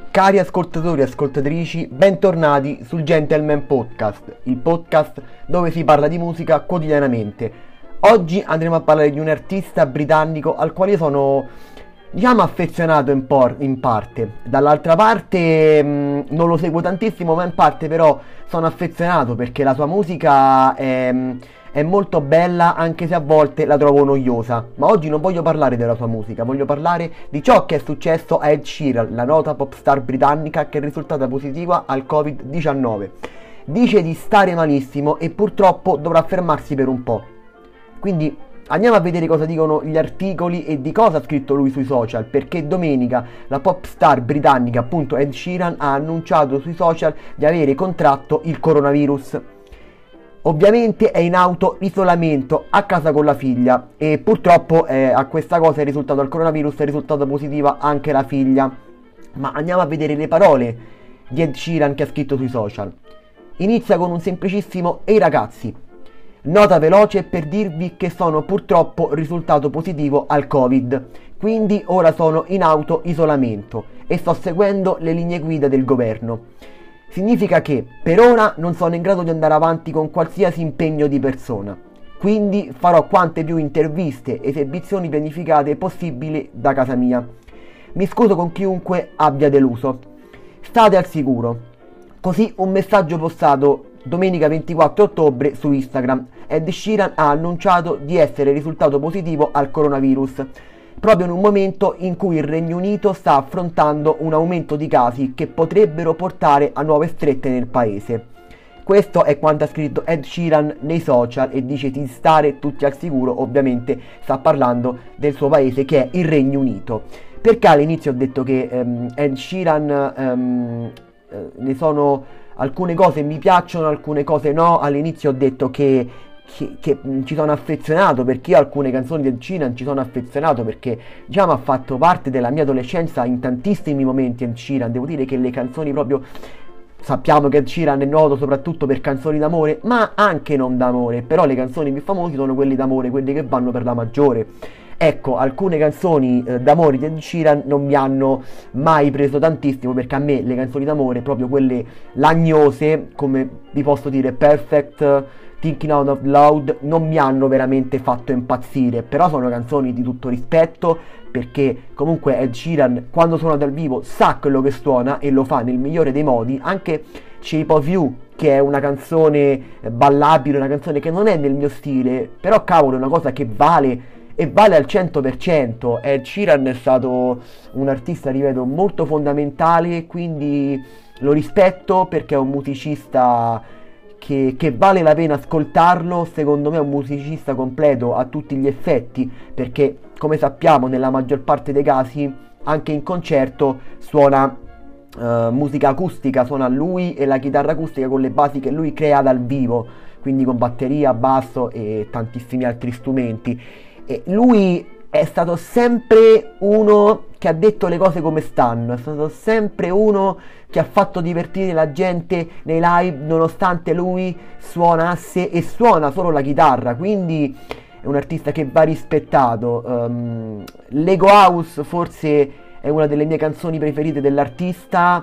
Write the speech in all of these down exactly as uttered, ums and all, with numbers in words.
Cari ascoltatori e ascoltatrici, bentornati sul Gentleman Podcast, il podcast dove si parla di musica quotidianamente. Oggi andremo a parlare di un artista britannico al quale sono, diciamo, affezionato in, por- in parte. Dall'altra parte mh, non lo seguo tantissimo, ma in parte però sono affezionato perché la sua musica è... è molto bella, anche se a volte la trovo noiosa. Ma oggi non voglio parlare della sua musica, voglio parlare di ciò che è successo a Ed Sheeran, la nota pop star britannica che è risultata positiva al covid diciannove. Dice di stare malissimo e purtroppo dovrà fermarsi per un po'. Quindi andiamo a vedere cosa dicono gli articoli e di cosa ha scritto lui sui social, perché domenica la pop star britannica, appunto Ed Sheeran, ha annunciato sui social di avere contratto il coronavirus. Ovviamente è in auto-isolamento a casa con la figlia e purtroppo eh, a questa cosa è risultato al coronavirus, è risultata positiva anche la figlia. Ma andiamo a vedere le parole di Ed Sheeran che ha scritto sui social. Inizia con un semplicissimo "Ehi ragazzi, nota veloce per dirvi che sono purtroppo risultato positivo al Covid, quindi ora sono in auto-isolamento e sto seguendo le linee guida del governo. Significa che per ora non sono in grado di andare avanti con qualsiasi impegno di persona, quindi farò quante più interviste e esibizioni pianificate possibili da casa mia. Mi scuso con chiunque abbia deluso. State al sicuro." Così un messaggio postato domenica ventiquattro ottobre su Instagram. Ed Sheeran ha annunciato di essere risultato positivo al coronavirus, proprio in un momento in cui il Regno Unito sta affrontando un aumento di casi che potrebbero portare a nuove strette nel paese. Questo è quanto ha scritto Ed Sheeran nei social e dice di stare tutti al sicuro. Ovviamente sta parlando del suo paese, che è il Regno Unito. Perché all'inizio ho detto che um, Ed Sheeran um, uh, ne sono alcune cose mi piacciono, alcune cose no. All'inizio ho detto che Che, che ci sono affezionato, perché io alcune canzoni del Sheeran ci sono affezionato, perché diciamo ha fatto parte della mia adolescenza in tantissimi momenti. Ed Sheeran, devo dire che le canzoni proprio, sappiamo che Ed Sheeran è noto soprattutto per canzoni d'amore, ma anche non d'amore, però le canzoni più famose sono quelle d'amore, quelle che vanno per la maggiore. Ecco, alcune canzoni eh, d'amore di Ed Sheeran non mi hanno mai preso tantissimo, perché a me le canzoni d'amore, proprio quelle lagnose, come vi posso dire Perfect, Thinking Out of Loud, non mi hanno veramente fatto impazzire. Però sono canzoni di tutto rispetto, perché comunque Ed Sheeran quando suona dal vivo sa quello che suona e lo fa nel migliore dei modi. Anche Shape of You, che è una canzone ballabile, una canzone che non è nel mio stile, però cavolo è una cosa che vale e vale al cento per cento. Ed Sheeran è stato un artista, ripeto, molto fondamentale, quindi lo rispetto perché è un musicista Che, che vale la pena ascoltarlo. Secondo me è un musicista completo a tutti gli effetti, perché come sappiamo nella maggior parte dei casi anche in concerto suona uh, musica acustica, suona lui e la chitarra acustica con le basi che lui crea dal vivo, quindi con batteria, basso e tantissimi altri strumenti. E lui è stato sempre uno che ha detto le cose come stanno, è stato sempre uno che ha fatto divertire la gente nei live, nonostante lui suonasse e suona solo la chitarra, quindi è un artista che va rispettato. um, Lego House forse è una delle mie canzoni preferite dell'artista,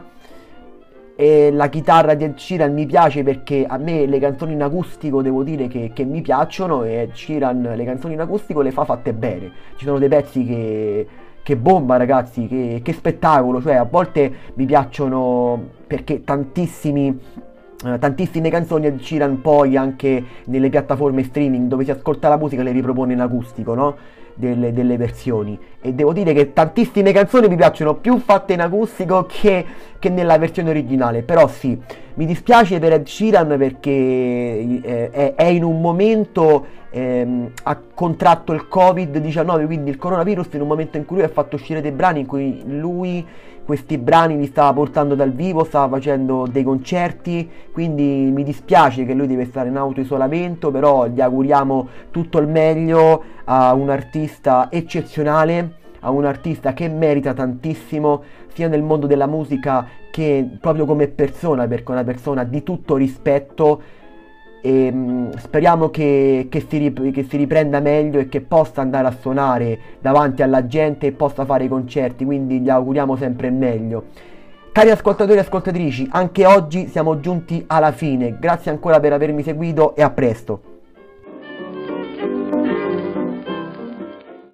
e la chitarra di Ed Sheeran mi piace perché a me le canzoni in acustico devo dire che, che mi piacciono, e Ed Sheeran le canzoni in acustico le fa fatte bene. Ci sono dei pezzi che, che bomba, ragazzi, che, che spettacolo. Cioè a volte mi piacciono perché tantissimi eh, tantissime canzoni Ed Sheeran poi anche nelle piattaforme streaming dove si ascolta la musica le ripropone in acustico, no? Delle, delle versioni, e devo dire che tantissime canzoni mi piacciono più fatte in acustico che, che nella versione originale. Però sì, mi dispiace per Ed Sheeran perché eh, è, è in un momento ehm, ha contratto il covid diciannove, quindi il coronavirus, in un momento in cui lui ha fatto uscire dei brani in cui lui questi brani li stava portando dal vivo, stava facendo dei concerti, quindi mi dispiace che lui deve stare in auto-isolamento, però gli auguriamo tutto il meglio a un artista eccezionale, a un artista che merita tantissimo, sia nel mondo della musica che proprio come persona, perché è una persona di tutto rispetto. E mh, speriamo che, che, si rip- che si riprenda meglio e che possa andare a suonare davanti alla gente e possa fare i concerti, quindi gli auguriamo sempre il meglio. Cari ascoltatori e ascoltatrici, anche oggi siamo giunti alla fine. Grazie ancora per avermi seguito e a presto.